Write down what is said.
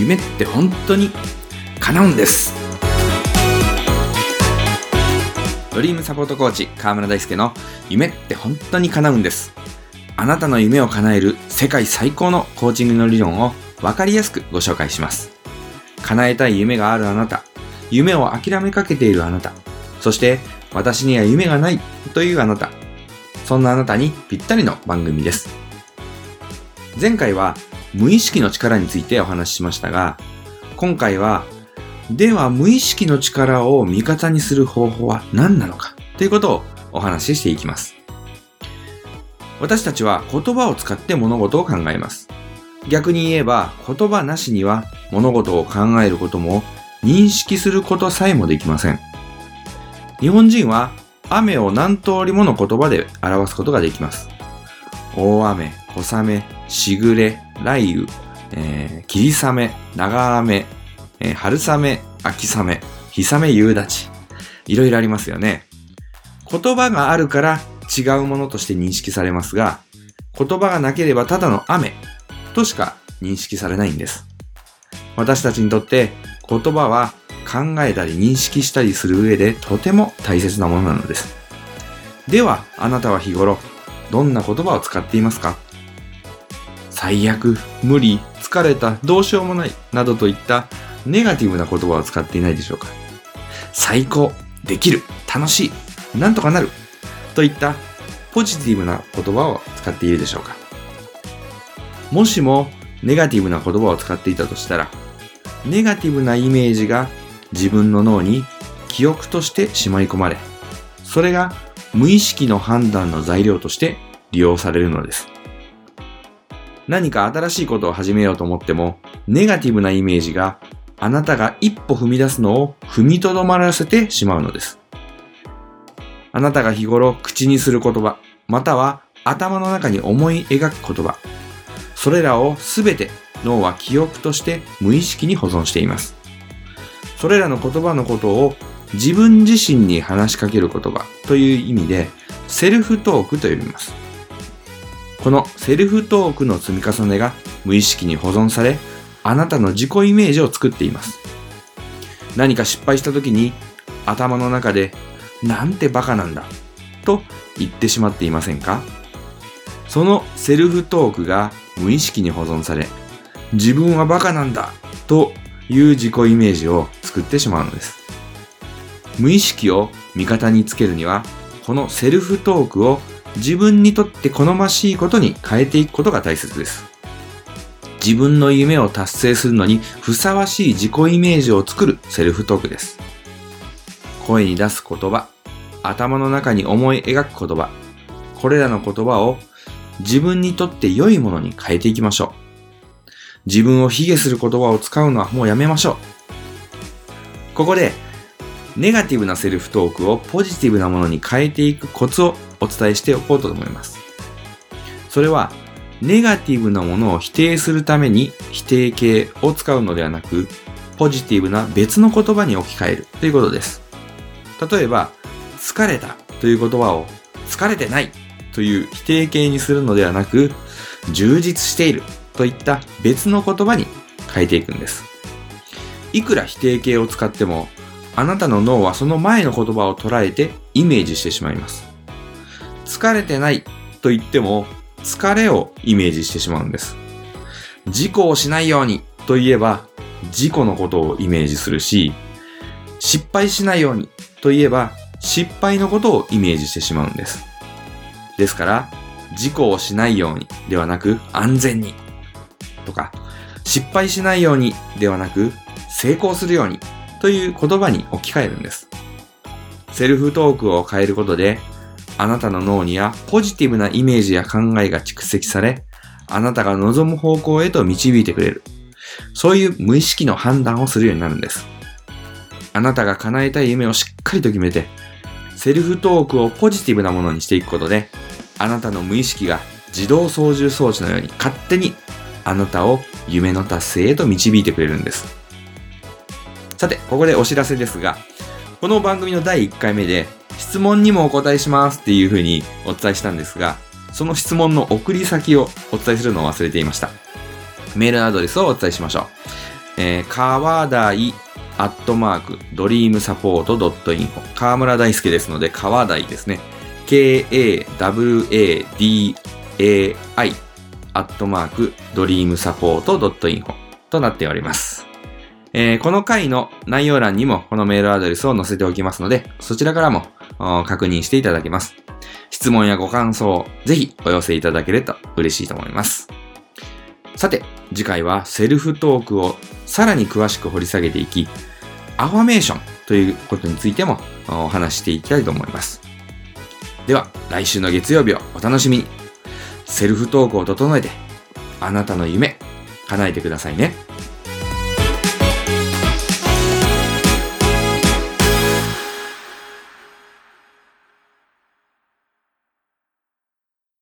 夢って本当に叶うんです。ドリームサポートコーチ川村大輔の夢って本当に叶うんです。あなたの夢を叶える世界最高のコーチングの理論を分かりやすくご紹介します。叶えたい夢があるあなた、夢を諦めかけているあなた、そして私には夢がないというあなた、そんなあなたにぴったりの番組です。前回は無意識の力についてお話ししましたが、今回はでは無意識の力を味方にする方法は何なのかということをお話ししていきます。私たちは言葉を使って物事を考えます。逆に言えば言葉なしには物事を考えることも認識することさえもできません。日本人は雨を何通りもの言葉で表すことができます。大雨、小雨、しぐれ、雷雨、霧雨、長雨、春雨、秋雨、日雨、夕立。いろいろありますよね。言葉があるから違うものとして認識されますが、言葉がなければただの雨としか認識されないんです。私たちにとって言葉は考えたり認識したりする上でとても大切なものなのです。では、あなたは日頃どんな言葉を使っていますか？最悪、無理、疲れた、どうしようもないなどといったネガティブな言葉を使っていないでしょうか？最高、できる、楽しい、なんとかなるといったポジティブな言葉を使っているでしょうか？もしもネガティブな言葉を使っていたとしたら、ネガティブなイメージが自分の脳に記憶としてしまい込まれ、それが無意識の判断の材料として利用されるのです。何か新しいことを始めようと思っても、ネガティブなイメージがあなたが一歩踏み出すのを踏みとどまらせてしまうのです。あなたが日頃口にする言葉、または頭の中に思い描く言葉、それらをすべて脳は記憶として無意識に保存しています。それらの言葉のことを自分自身に話しかける言葉という意味でセルフトークと呼びます。このセルフトークの積み重ねが無意識に保存され、あなたの自己イメージを作っています。何か失敗した時に頭の中でなんてバカなんだと言ってしまっていませんか？そのセルフトークが無意識に保存され、自分はバカなんだという自己イメージを作ってしまうのです。無意識を味方につけるには、このセルフトークを自分にとって好ましいことに変えていくことが大切です。自分の夢を達成するのにふさわしい自己イメージを作るセルフトークです。声に出す言葉、頭の中に思い描く言葉、これらの言葉を自分にとって良いものに変えていきましょう。自分を卑下する言葉を使うのはもうやめましょう。ここでネガティブなセルフトークをポジティブなものに変えていくコツをお伝えしておこうと思います。それはネガティブなものを否定するために否定形を使うのではなく、ポジティブな別の言葉に置き換えるということです。例えば、疲れたという言葉を疲れてないという否定形にするのではなく、充実しているといった別の言葉に変えていくんです。いくら否定形を使っても、あなたの脳はその前の言葉を捉えてイメージしてしまいます。疲れてないと言っても、疲れをイメージしてしまうんです。事故をしないようにと言えば、事故のことをイメージするし、失敗しないようにと言えば、失敗のことをイメージしてしまうんです。ですから、事故をしないようにではなく安全にとか、失敗しないようにではなく成功するようにという言葉に置き換えるんです。セルフトークを変えることで、あなたの脳にはポジティブなイメージや考えが蓄積され、あなたが望む方向へと導いてくれる。そういう無意識の判断をするようになるんです。あなたが叶えたい夢をしっかりと決めて、セルフトークをポジティブなものにしていくことで、あなたの無意識が自動操縦装置のように勝手にあなたを夢の達成へと導いてくれるんです。さて、ここでお知らせですが、この番組の第1回目で質問にもお答えしますっていう風にお伝えしたんですが、その質問の送り先をお伝えするのを忘れていました。メールアドレスをお伝えしましょう。 川台@dreamsupport.info 川村大輔ですので、川台ですね。KAWADAI @dreamsupport.info となっております。この回の内容欄にもこのメールアドレスを載せておきますので、そちらからも確認していただけます。質問やご感想、ぜひお寄せいただけると嬉しいと思います。さて、次回はセルフトークをさらに詳しく掘り下げていき、アファメーションということについてもお話していきたいと思います。では、来週の月曜日をお楽しみに。セルフトークを整えて、あなたの夢、叶えてくださいね。